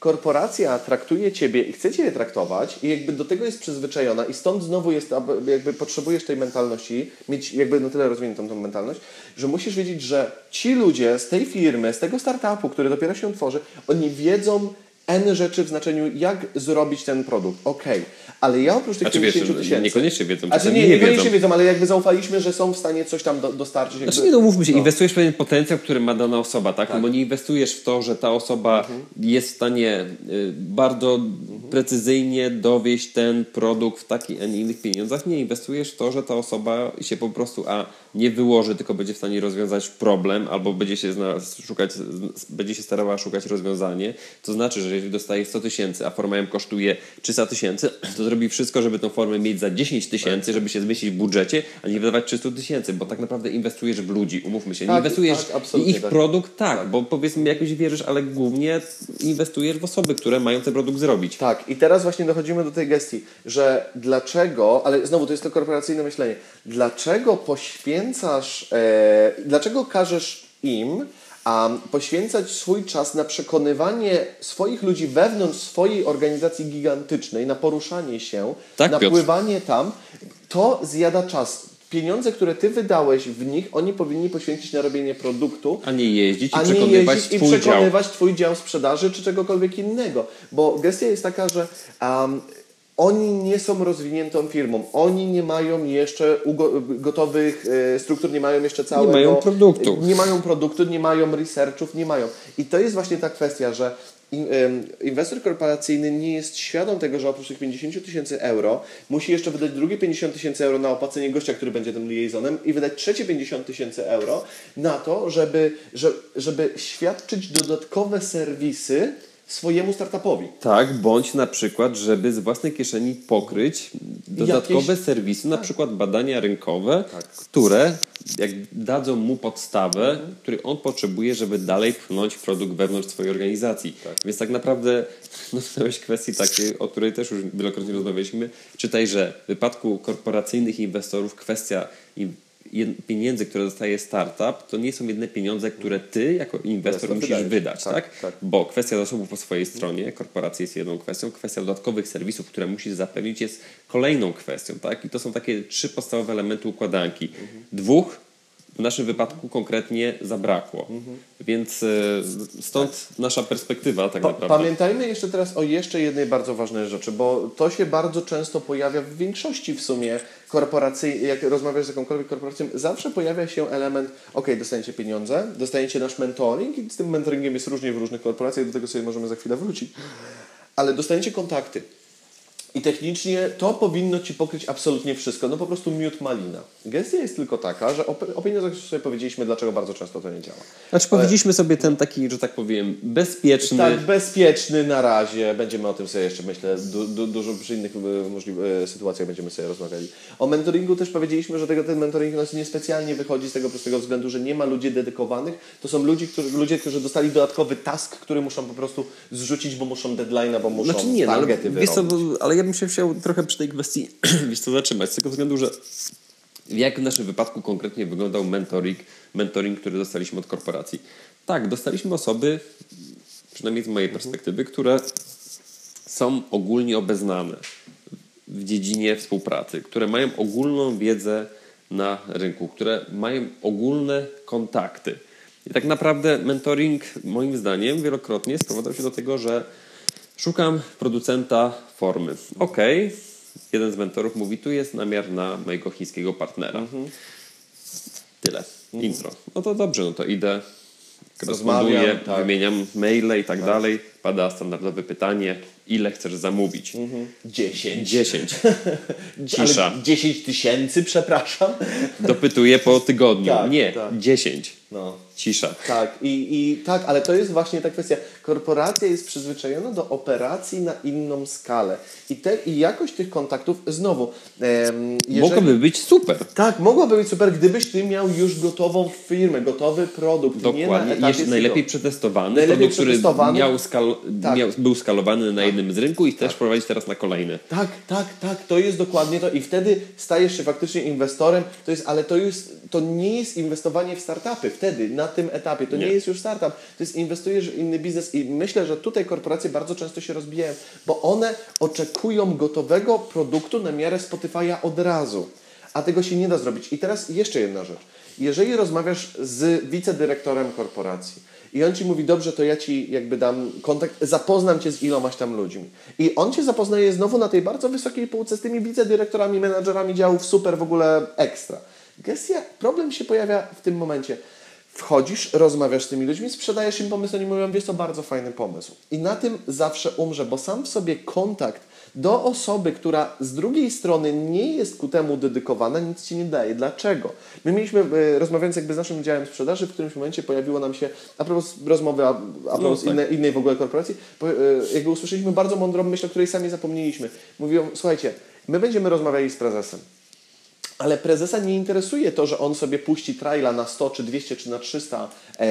korporacja traktuje Ciebie i chce Cię traktować i jakby do tego jest przyzwyczajona i stąd znowu jest, jakby potrzebujesz tej mentalności, mieć jakby na tyle rozwiniętą tą mentalność, że musisz wiedzieć, że ci ludzie z tej firmy, z tego startupu, który dopiero się tworzy, oni wiedzą N rzeczy w znaczeniu, jak zrobić ten produkt. Okej, okay. Ale ja oprócz tych pięćdziesięciu tysięcy... Niekoniecznie wiedzą, znaczy, czasami nie, nie niekoniecznie wiedzą. wiedzą, ale jakby zaufaliśmy, że są w stanie coś tam do, dostarczyć. Jakby... Znaczy nie, no mówmy się, no. inwestujesz w pewien potencjał, który ma dana osoba, tak? tak. No bo nie inwestujesz w to, że ta osoba mhm. jest w stanie y, bardzo mhm. precyzyjnie dowieść ten produkt w takich, a nie innych pieniądzach. Nie, inwestujesz w to, że ta osoba się po prostu a nie wyłoży, tylko będzie w stanie rozwiązać problem, albo będzie się znalazł, szukać, będzie się starała szukać rozwiązanie. To znaczy, że jeżeli dostaje sto tysięcy, a forma M kosztuje trzysta tysięcy, to zrobi wszystko, żeby tą formę mieć za dziesięć tysięcy, żeby się zmieścić w budżecie, a nie wydawać trzysta tysięcy, bo tak naprawdę inwestujesz w ludzi, umówmy się. Nie tak, inwestujesz tak, w ich tak. produkt, tak, tak, bo powiedzmy jakoś wierzysz, ale głównie inwestujesz w osoby, które mają ten produkt zrobić. Tak, i teraz właśnie dochodzimy do tej gestii, że dlaczego, ale znowu to jest to korporacyjne myślenie, dlaczego poświęcasz, e, dlaczego każesz im a poświęcać swój czas na przekonywanie swoich ludzi wewnątrz swojej organizacji gigantycznej, na poruszanie się, tak, na Piotr. pływanie tam, to zjada czas. Pieniądze, które Ty wydałeś w nich, oni powinni poświęcić na robienie produktu, a nie jeździć i a nie przekonywać jeździć twój i przekonywać dział. Twój dział sprzedaży czy czegokolwiek innego. Bo gestia jest taka, że um, oni nie są rozwiniętą firmą. Oni nie mają jeszcze ugo- gotowych e, struktur, nie mają jeszcze całego... Nie mają produktu. Nie mają produktu, nie mają researchów, nie mają. I to jest właśnie ta kwestia, że in, um, inwestor korporacyjny nie jest świadom tego, że oprócz tych pięćdziesiąt tysięcy euro musi jeszcze wydać drugie pięćdziesiąt tysięcy euro na opłacenie gościa, który będzie tym liaizonem i wydać trzecie pięćdziesiąt tysięcy euro na to, żeby, że, żeby świadczyć dodatkowe serwisy swojemu startupowi. Tak, bądź na przykład, żeby z własnej kieszeni pokryć dodatkowe Jakieś... serwisy, na tak. przykład badania rynkowe, tak. które jak dadzą mu podstawę, mhm. której on potrzebuje, żeby dalej pchnąć produkt wewnątrz swojej organizacji. Tak. Więc tak naprawdę dotknąłeś kwestii takiej, o której też już wielokrotnie rozmawialiśmy. Czytaj, że w wypadku korporacyjnych inwestorów kwestia im pieniędzy, które dostaje startup, to nie są jedyne pieniądze, które ty jako inwestor musisz wydać, wydać, tak? tak? tak? Bo kwestia zasobów po swojej stronie, korporacji jest jedną kwestią, kwestia dodatkowych serwisów, które musisz zapewnić, jest kolejną kwestią, tak? I to są takie trzy podstawowe elementy układanki. Mhm. Dwóch w naszym wypadku konkretnie zabrakło. Mhm. Więc stąd tak. nasza perspektywa tak pa- naprawdę. Pamiętajmy jeszcze teraz o jeszcze jednej bardzo ważnej rzeczy, bo to się bardzo często pojawia w większości w sumie korporacji, jak rozmawiasz z jakąkolwiek korporacją, zawsze pojawia się element, ok, dostaniecie pieniądze, dostaniecie nasz mentoring i z tym mentoringiem jest różnie w różnych korporacjach, do tego sobie możemy za chwilę wrócić, ale dostaniecie kontakty. I technicznie to powinno Ci pokryć absolutnie wszystko. No po prostu miód malina. Gestia jest tylko taka, że o, o pieniądzach sobie powiedzieliśmy, dlaczego bardzo często to nie działa. Znaczy powiedzieliśmy sobie ten taki, że tak powiem, bezpieczny... Tak, bezpieczny na razie. Będziemy o tym sobie jeszcze, myślę, du, du, dużo przy innych możliwych sytuacjach będziemy sobie rozmawiali. O mentoringu też powiedzieliśmy, że tego, ten mentoring nas niespecjalnie wychodzi z tego prostego względu, że nie ma ludzi dedykowanych. To są ludzie, którzy, ludzie, którzy dostali dodatkowy task, który muszą po prostu zrzucić, bo muszą deadline'a, bo muszą znaczy nie, targety no, ale, wiesz co, wyrobić. ale ja bym się chciał trochę przy tej kwestii wiesz co, zatrzymać, z tego względu, że jak w naszym wypadku konkretnie wyglądał mentoring, mentoring, który dostaliśmy od korporacji. Tak, dostaliśmy osoby, przynajmniej z mojej perspektywy, które są ogólnie obeznane w dziedzinie współpracy, które mają ogólną wiedzę na rynku, które mają ogólne kontakty. I tak naprawdę mentoring, moim zdaniem, wielokrotnie sprowadzał się do tego, że szukam producenta formy. Okej, okay. Jeden z mentorów mówi, tu jest namiar na mojego chińskiego partnera. Mhm. Tyle. Mhm. Intro. No to dobrze, no to idę, koresponduję, tak. wymieniam maile i tak, tak dalej. Pada standardowe pytanie, ile chcesz zamówić? Mhm. Dziesięć. Dziesięć. Cisza. Ale dziesięć tysięcy, przepraszam. Dopytuję po tygodniu. Tak, nie, tak. dziesięć. No. Cisza. Tak, i, i tak, ale to jest właśnie ta kwestia. Korporacja jest przyzwyczajona do operacji na inną skalę. I, te, i jakość tych kontaktów, znowu... Em, jeżeli, mogłaby być super. Tak, mogłaby być super, gdybyś ty miał już gotową firmę, gotowy produkt. Dokładnie. Nie na jeszcze najlepiej przetestowany. Najlepiej produkt, przetestowany. który miał skal, tak. miał, był skalowany na tak. jednym z rynku i tak. też prowadzić teraz na kolejny. Tak, tak, tak. To jest dokładnie to. I wtedy stajesz się faktycznie inwestorem. To jest, ale to, jest, to nie jest inwestowanie w startupy. Wtedy na tym etapie. To nie, nie jest już startup, to jest inwestujesz w inny biznes i myślę, że tutaj korporacje bardzo często się rozbijają, bo one oczekują gotowego produktu na miarę Spotify'a od razu, a tego się nie da zrobić. I teraz jeszcze jedna rzecz. Jeżeli rozmawiasz z wicedyrektorem korporacji i on ci mówi, dobrze, to ja ci jakby dam kontakt, zapoznam cię z ilomaś tam ludźmi. I on cię zapoznaje znowu na tej bardzo wysokiej półce z tymi wicedyrektorami, menadżerami działów, super, w ogóle ekstra. Gestia, problem się pojawia w tym momencie. Wchodzisz, rozmawiasz z tymi ludźmi, sprzedajesz im pomysł, oni mówią, wiesz, to bardzo fajny pomysł. I na tym zawsze umrze, bo sam w sobie kontakt do osoby, która z drugiej strony nie jest ku temu dedykowana, nic ci nie daje. Dlaczego? My mieliśmy, rozmawiając jakby z naszym działem sprzedaży, w którymś momencie pojawiło nam się, a propos rozmowy, a, a propos no, tak. innej, innej w ogóle korporacji, jakby usłyszeliśmy bardzo mądrą myśl, o której sami zapomnieliśmy. Mówią, słuchajcie, my będziemy rozmawiali z prezesem, ale prezesa nie interesuje to, że on sobie puści traila na sto, czy dwieście, czy na trzysta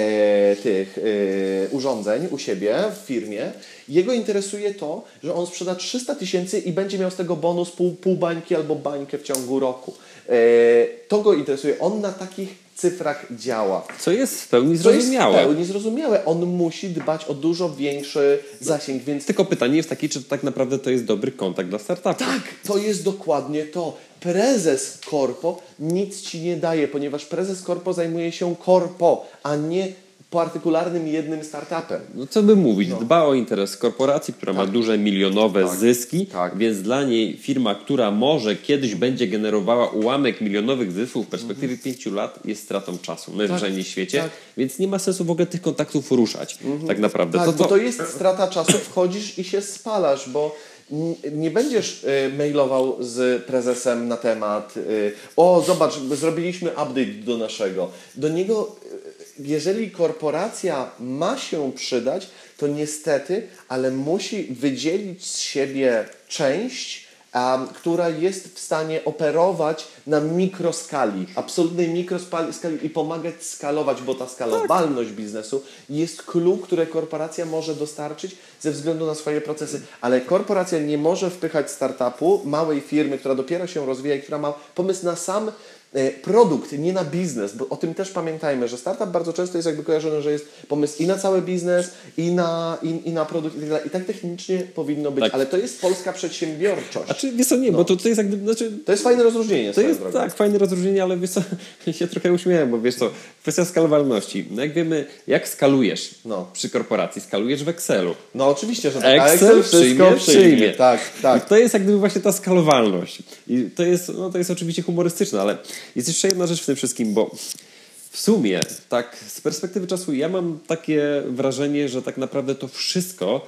e, tych e, urządzeń u siebie w firmie. Jego interesuje to, że on sprzeda trzysta tysięcy i będzie miał z tego bonus pół, pół bańki albo bańkę w ciągu roku. E, to go interesuje. On na takich cyfrach działa. Co jest w pełni zrozumiałe. To jest w pełni zrozumiałe. On musi dbać o dużo większy zasięg. Więc... Tylko pytanie jest takie, czy to tak naprawdę to jest dobry kontakt dla startupu. Tak, to jest dokładnie to. Prezes korpo nic ci nie daje, ponieważ prezes korpo zajmuje się korpo, a nie partykularnym jednym startupem. No co by mówić, no. Dba o interes korporacji, która tak. ma duże milionowe tak. zyski, tak. więc dla niej firma, która może kiedyś będzie generowała ułamek milionowych zysków w perspektywie mhm. pięciu lat jest stratą czasu na tak. w świecie, tak. więc nie ma sensu w ogóle tych kontaktów ruszać mhm. tak naprawdę. Tak, to, bo to jest strata czasu, wchodzisz i się spalasz, bo nie będziesz y, mailował z prezesem na temat y, o zobacz, zrobiliśmy update do naszego. Do niego, y, jeżeli korporacja ma się przydać, to niestety, ale musi wydzielić z siebie część, Um, która jest w stanie operować na mikroskali, absolutnej mikroskali i pomagać skalować, bo ta skalowalność tak. biznesu jest clue, które korporacja może dostarczyć ze względu na swoje procesy, ale korporacja nie może wpychać startupu, małej firmy, która dopiero się rozwija i która ma pomysł na sam produkt, nie na biznes, bo o tym też pamiętajmy, że startup bardzo często jest jakby kojarzony, że jest pomysł i na cały biznes, i na, i, i na produkt i tak dalej. I tak technicznie powinno być, tak. ale to jest polska przedsiębiorczość. A czy wiesz co, nie, no. bo to, to jest jakby... Znaczy, to jest fajne rozróżnienie. To jest drogą. Tak, fajne rozróżnienie, ale wiesz co, się trochę uśmiałem, bo wiesz co, kwestia skalowalności. No jak wiemy, jak skalujesz no. przy korporacji? Skalujesz w Excelu. No oczywiście, że tak. Excel, Excel przyjmie, przyjmie. przyjmie. Tak, tak. I to jest jak gdyby właśnie ta skalowalność. I to jest, no to jest oczywiście humorystyczne, ale jest jeszcze jedna rzecz w tym wszystkim, bo w sumie, tak z perspektywy czasu ja mam takie wrażenie, że tak naprawdę to wszystko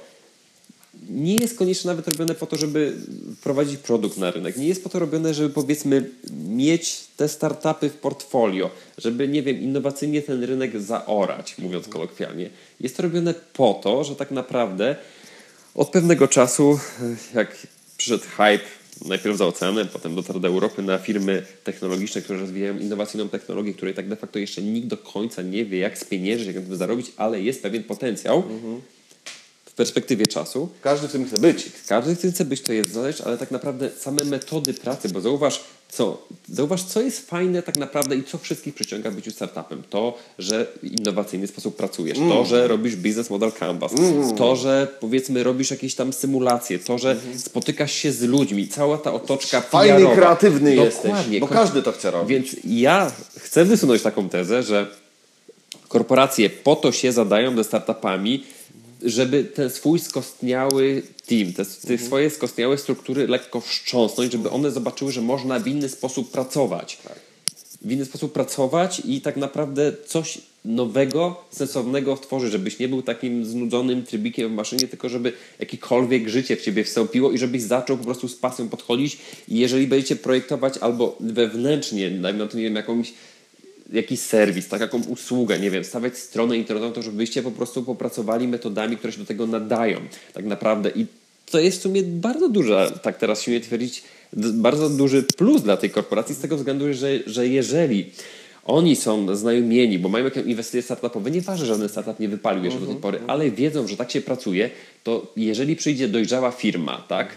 nie jest koniecznie nawet robione po to, żeby wprowadzić produkt na rynek. Nie jest po to robione, żeby powiedzmy mieć te startupy w portfolio, żeby, nie wiem, innowacyjnie ten rynek zaorać, mówiąc kolokwialnie. Jest to robione po to, że tak naprawdę od pewnego czasu, jak przyszedł hype najpierw za oceanem, potem dotarł do Europy na firmy technologiczne, które rozwijają innowacyjną technologię, której tak de facto jeszcze nikt do końca nie wie, jak spieniężyć, jak na tym zarobić, ale jest pewien potencjał mhm. w perspektywie czasu. Każdy w tym chce być. Każdy w tym chce być, to jest rzecz, ale tak naprawdę same metody pracy, bo zauważ, co, zauważ, co jest fajne tak naprawdę i co wszystkich przyciąga w byciu startupem. To, że w innowacyjny sposób pracujesz, mm. to, że robisz business model canvas, mm. to, że powiedzmy robisz jakieś tam symulacje, to, że mm. spotykasz się z ludźmi, cała ta otoczka fajny, P R-owa. kreatywny Dokładnie, jesteś, bo każdy to chce robić. Więc ja chcę wysunąć taką tezę, że korporacje po to się zadają ze startupami, żeby ten swój skostniały team, te, te mhm. swoje skostniałe struktury lekko wstrząsnąć, żeby one zobaczyły, że można w inny sposób pracować. Tak. W inny sposób pracować i tak naprawdę coś nowego, sensownego tworzyć, żebyś nie był takim znudzonym trybikiem w maszynie, tylko żeby jakiekolwiek życie w ciebie wstąpiło i żebyś zaczął po prostu z pasją podchodzić i jeżeli będziecie projektować albo wewnętrznie, dajmy na to, nie wiem, jakąś jakiś serwis, tak, jaką usługę, nie wiem, stawiać stronę internetową, to żebyście po prostu popracowali metodami, które się do tego nadają, tak naprawdę. I to jest w sumie bardzo duża, tak teraz śmiem twierdzić, bardzo duży plus dla tej korporacji z tego względu, że, że jeżeli oni są znajomieni, bo mają jakieś inwestycje startupowe, nieważne, że żaden startup nie wypalił jeszcze uh-huh, do tej pory, uh-huh. ale wiedzą, że tak się pracuje, to jeżeli przyjdzie dojrzała firma, tak, uh-huh.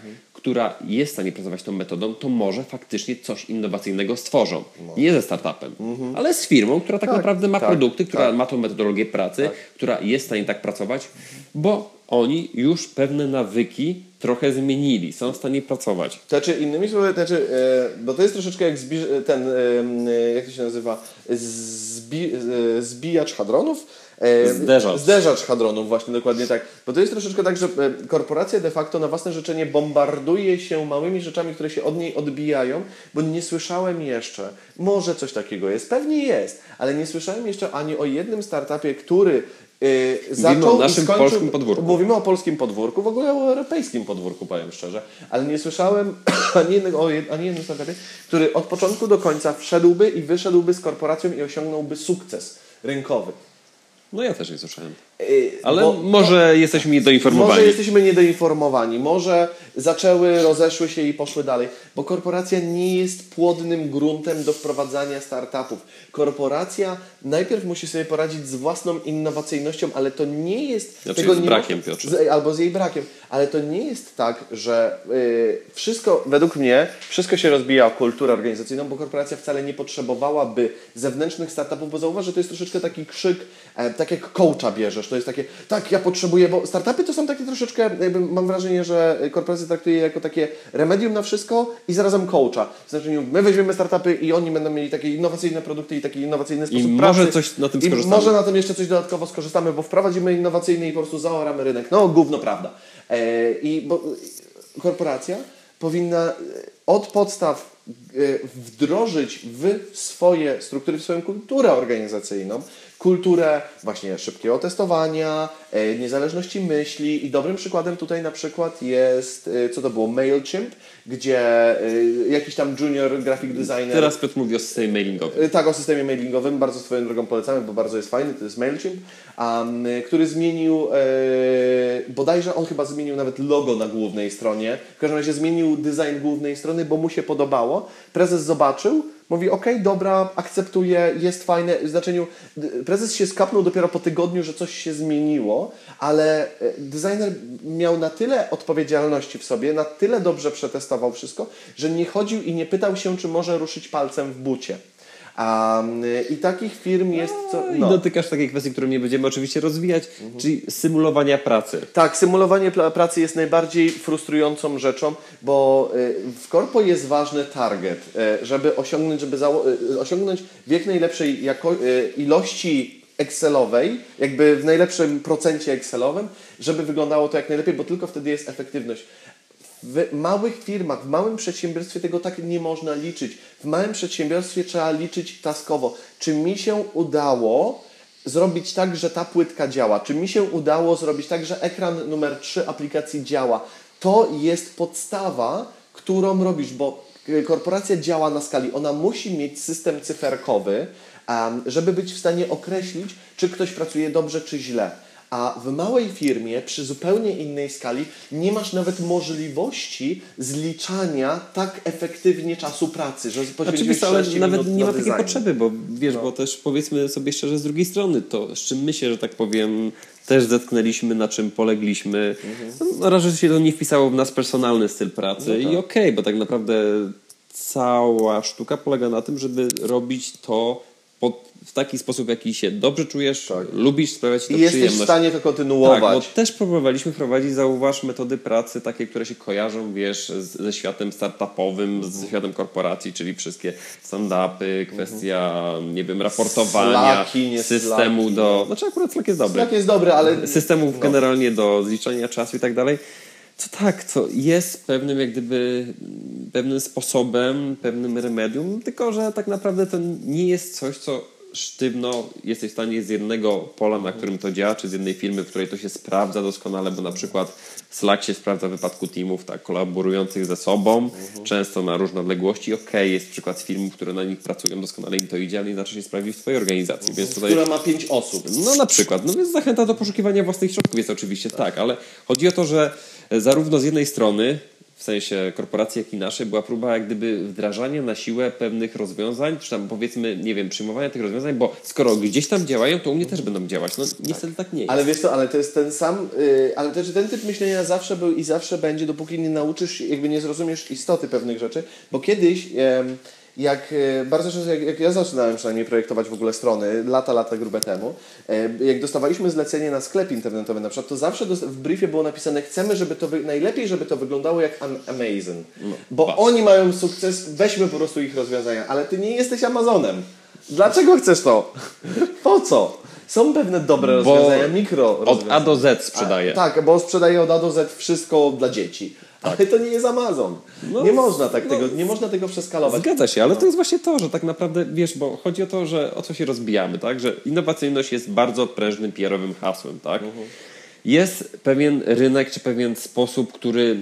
która jest w stanie pracować tą metodą, to może faktycznie coś innowacyjnego stworzą. Nie ze startupem, mhm. ale z firmą, która tak, tak naprawdę ma tak, produkty, która tak. ma tą metodologię pracy, tak. która jest w stanie tak pracować, bo oni już pewne nawyki trochę zmienili, są w stanie pracować. Znaczy, innymi słowy, znaczy, e, bo to jest troszeczkę jak zbi, ten, e, jak to się nazywa, zbi, e, zbijacz hadronów. E, zderzacz. Zderzacz hadronów, właśnie dokładnie tak. Bo to jest troszeczkę tak, że korporacja de facto na własne życzenie bombarduje się małymi rzeczami, które się od niej odbijają, bo nie słyszałem jeszcze, może coś takiego jest, pewnie jest, ale nie słyszałem jeszcze ani o jednym startupie, który Yy, Mówimy o naszym skończył, polskim podwórku. Mówimy o polskim podwórku, w ogóle o europejskim podwórku, powiem szczerze, ale nie słyszałem ani jednego, o jed, ani jednym startupie, który od początku do końca wszedłby i wyszedłby z korporacją i osiągnąłby sukces rynkowy. No ja też nie słyszałem. Yy, ale bo, może to, jesteśmy niedoinformowani. Może jesteśmy niedoinformowani, może zaczęły, rozeszły się i poszły dalej, bo korporacja nie jest płodnym gruntem do wprowadzania startupów. Korporacja najpierw musi sobie poradzić z własną innowacyjnością, ale to nie jest... Znaczy tego z nie brakiem, ma, Piotrze. Z, albo z jej brakiem, ale to nie jest tak, że yy, wszystko, według mnie, wszystko się rozbija o kulturę organizacyjną, bo korporacja wcale nie potrzebowałaby zewnętrznych startupów, bo zauważ, że to jest troszeczkę taki krzyk, e, tak jak coacha bierzesz, to jest takie, tak, ja potrzebuję, bo startupy to są takie troszeczkę, jakby mam wrażenie, że korporacja traktuje jako takie remedium na wszystko i zarazem coacha. W znaczeniu, my weźmiemy startupy i oni będą mieli takie innowacyjne produkty i taki innowacyjny sposób I pracy. może coś na tym skorzystamy. I może na tym jeszcze coś dodatkowo skorzystamy, bo wprowadzimy innowacyjny i po prostu zaoramy rynek. No, gówno prawda. E, I bo korporacja powinna od podstaw wdrożyć w swoje struktury, w swoją kulturę organizacyjną, kulturę właśnie szybkiego testowania, niezależności myśli i dobrym przykładem tutaj na przykład jest, co to było, MailChimp, gdzie jakiś tam junior graphic designer... Teraz Piotr mówi o systemie mailingowym. Tak, o systemie mailingowym, bardzo swoją drogą polecamy, bo bardzo jest fajny, to jest MailChimp, um, który zmienił, e, bodajże on chyba zmienił nawet logo na głównej stronie, w każdym razie zmienił design głównej strony, bo mu się podobało. Prezes zobaczył, mówi, okej, okay, dobra, akceptuję, jest fajne. W znaczeniu, prezes się skapnął dopiero po tygodniu, że coś się zmieniło, ale designer miał na tyle odpowiedzialności w sobie, na tyle dobrze przetestował wszystko, że nie chodził i nie pytał się, czy może ruszyć palcem w bucie. Um, I takich firm jest... Co, no. I dotykasz takiej kwestii, którą nie będziemy oczywiście rozwijać, mhm. czyli symulowania pracy. Tak, symulowanie pracy jest najbardziej frustrującą rzeczą, bo w korpo jest ważny target, żeby osiągnąć, żeby osiągnąć w jak najlepszej jako, ilości Excelowej, jakby w najlepszym procencie Excelowym, żeby wyglądało to jak najlepiej, bo tylko wtedy jest efektywność. W małych firmach, w małym przedsiębiorstwie tego tak nie można liczyć. W małym przedsiębiorstwie trzeba liczyć taskowo. Czy mi się udało zrobić tak, że ta płytka działa? Czy mi się udało zrobić tak, że ekran numer trzy aplikacji działa? To jest podstawa, którą robisz, bo korporacja działa na skali. Ona musi mieć system cyferkowy, żeby być w stanie określić, czy ktoś pracuje dobrze, czy źle. A w małej firmie, przy zupełnie innej skali, nie masz nawet możliwości zliczania tak efektywnie czasu pracy, że poświęciłeś ale nawet nie ma design. takiej potrzeby, bo wiesz, no. bo też powiedzmy sobie szczerze z drugiej strony, to z czym my się, że tak powiem, też zetknęliśmy, na czym polegliśmy. Mhm. No, raz, że się to nie wpisało w nasz personalny styl pracy no tak. i okej, okay, bo tak naprawdę cała sztuka polega na tym, żeby robić to pod w taki sposób, w jaki się dobrze czujesz, tak. lubisz, sprawiać ci to I jesteś przyjemność. w stanie to kontynuować. Tak, bo też próbowaliśmy wprowadzić, zauważ, metody pracy takie, które się kojarzą, wiesz, z, ze światem startupowym, mm. ze światem korporacji, czyli wszystkie stand-upy, kwestia, mm. nie wiem, raportowania, Slacki, nie systemu Slacki. do... Znaczy akurat Slack jest dobry. Slack jest dobry, ale... Systemów no. generalnie do zliczania czasu i tak dalej. Co tak, co jest pewnym jak gdyby pewnym sposobem, pewnym remedium, tylko że tak naprawdę to nie jest coś, co sztywno jesteś w stanie z jednego pola, na którym to działa, czy z jednej firmy, w której to się sprawdza doskonale, bo na przykład Slack się sprawdza w wypadku teamów tak, kolaborujących ze sobą, uh-huh. często na różne odległości. Okej, okay, jest przykład z firmów, które na nich pracują, doskonale im to idzie, ale nie znaczy się sprawdzi w twojej organizacji. Uh-huh. Więc tutaj, która ma pięć osób. No na przykład. No więc zachęta do poszukiwania własnych środków jest oczywiście tak, tak ale chodzi o to, że zarówno z jednej strony w sensie korporacji, jak i naszej, była próba jak gdyby wdrażania na siłę pewnych rozwiązań, czy tam powiedzmy, nie wiem, przyjmowania tych rozwiązań, bo skoro gdzieś tam działają, to u mnie też będą działać. No niestety tak, tak nie jest. Ale wiesz co, ale to jest ten sam, yy, ale też ten typ myślenia zawsze był i zawsze będzie, dopóki nie nauczysz, jakby nie zrozumiesz istoty pewnych rzeczy, bo kiedyś... Yy, Jak bardzo często, jak, jak ja zaczynałem przynajmniej projektować w ogóle strony, lata, lata grube temu, jak dostawaliśmy zlecenie na sklep internetowy na przykład, to zawsze w briefie było napisane, chcemy, żeby to, wy... najlepiej, żeby to wyglądało jak Amazon. No, bo was. Oni mają sukces, weźmy po prostu ich rozwiązania, ale ty nie jesteś Amazonem. Dlaczego chcesz to? Po co? Są pewne dobre bo rozwiązania, mikro rozwiązania. Od A do Z sprzedaje. A, tak, bo sprzedaje od A do Z wszystko dla dzieci. Tak. Ale to nie jest Amazon. No, nie można tak no, tego, nie można tego przeskalować. Zgadza się, ale no. to jest właśnie to, że tak naprawdę, wiesz, bo chodzi o to, że o co się rozbijamy, tak? Że innowacyjność jest bardzo prężnym P R-owym hasłem, tak? Uh-huh. Jest pewien rynek, czy pewien sposób, który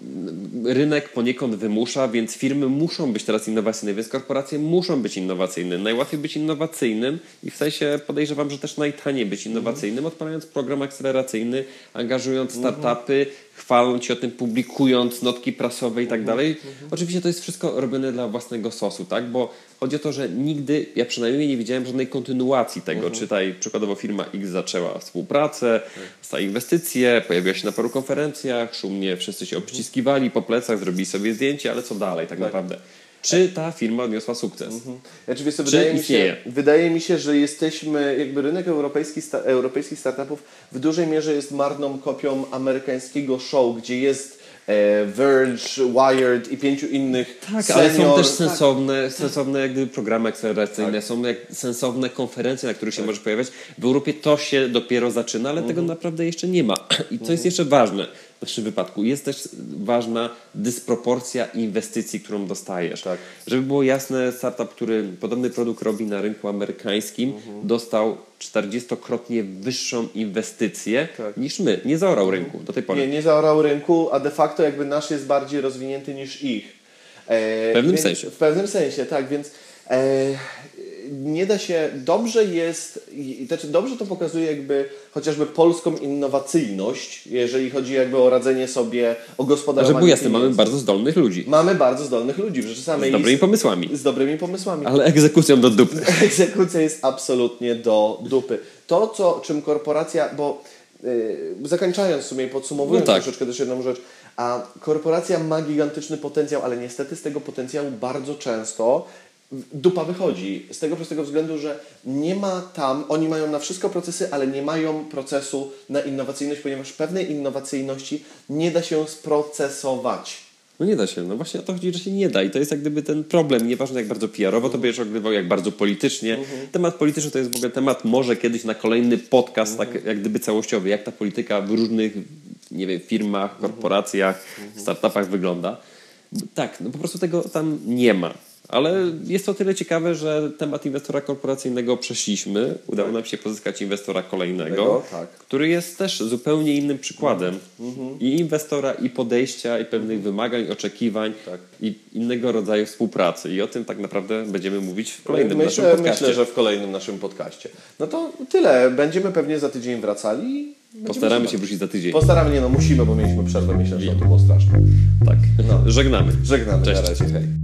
rynek poniekąd wymusza, więc firmy muszą być teraz innowacyjne, więc korporacje muszą być innowacyjne. Najłatwiej być innowacyjnym i w sensie podejrzewam, że też najtaniej być innowacyjnym, mm. odpalając program akceleracyjny, angażując startupy, mm. chwaląc się o tym, publikując notki prasowe i tak dalej. Mm-hmm. Oczywiście to jest wszystko robione dla własnego sosu, tak? Bo chodzi o to, że nigdy, ja przynajmniej nie widziałem żadnej kontynuacji tego. Mm-hmm. Czytaj, przykładowo firma X zaczęła współpracę, stała inwestycje, pojawiła się na paru konferencjach, szumnie wszyscy się obściskiwali po plecach, zrobili sobie zdjęcie, ale co dalej tak, tak. naprawdę? Czy ta firma odniosła sukces? Mhm. Znaczy, wiesz co, wydaje, mi się, wydaje mi się, że jesteśmy, jakby rynek europejski, sta, europejskich startupów w dużej mierze jest marną kopią amerykańskiego show, gdzie jest e, Verge, Wired i pięciu innych Tak, senior, ale są też sensowne, tak. sensowne jakby programy akceleracyjne, tak. są jak sensowne konferencje, na których się tak. możesz pojawiać. W Europie to się dopiero zaczyna, ale mhm. tego naprawdę jeszcze nie ma. I co mhm. jest jeszcze ważne, w naszym wypadku jest też ważna dysproporcja inwestycji, którą dostajesz. Tak. Żeby było jasne, startup, który podobny produkt robi na rynku amerykańskim, uh-huh. dostał czterdziestokrotnie wyższą inwestycję tak. niż my. Nie zaorał rynku do tej pory. Nie, nie zaorał rynku, a de facto jakby nasz jest bardziej rozwinięty niż ich. E, w pewnym więc, sensie. W pewnym sensie, tak, więc e, nie da się, dobrze jest, znaczy dobrze to pokazuje jakby chociażby polską innowacyjność, jeżeli chodzi jakby o radzenie sobie, o gospodarowanie. Żeby było jasne, mamy bardzo zdolnych ludzi. Mamy bardzo zdolnych ludzi w rzeczy samej. Z dobrymi pomysłami. Z dobrymi pomysłami. Ale egzekucją do dupy. Egzekucja jest absolutnie do dupy. To, co, czym korporacja, bo yy, zakończając w sumie i podsumowując no tak. troszeczkę też jedną rzecz, a korporacja ma gigantyczny potencjał, ale niestety z tego potencjału bardzo często dupa wychodzi. Z tego prostego względu, że nie ma tam, oni mają na wszystko procesy, ale nie mają procesu na innowacyjność, ponieważ pewnej innowacyjności nie da się sprocesować. No nie da się. No właśnie o to chodzi, że się nie da. I to jest jak gdyby ten problem. Nieważne jak bardzo P R-owo to będziesz ogrywał, jak bardzo politycznie. Uh-huh. Temat polityczny to jest w ogóle temat może kiedyś na kolejny podcast, uh-huh. tak jak gdyby całościowy. Jak ta polityka w różnych, nie wiem, firmach, korporacjach, uh-huh. startupach wygląda. Tak, no po prostu tego tam nie ma. Ale jest to tyle ciekawe, że temat inwestora korporacyjnego przeszliśmy. Udało tak. nam się pozyskać inwestora kolejnego, Tego, tak. który jest też zupełnie innym przykładem. Mhm. I inwestora, i podejścia, i pewnych wymagań, oczekiwań, tak. i innego rodzaju współpracy. I o tym tak naprawdę będziemy mówić w kolejnym myślę, naszym podcaście. Myślę, że w kolejnym naszym podcaście. No to tyle. Będziemy pewnie za tydzień wracali. Postaramy się, się wrócić za tydzień. Postaramy, nie no musimy, bo mieliśmy przerwę miesięczną, to było straszne. Tak, no. żegnamy. Żegnamy, Cześć. Na razie, hej.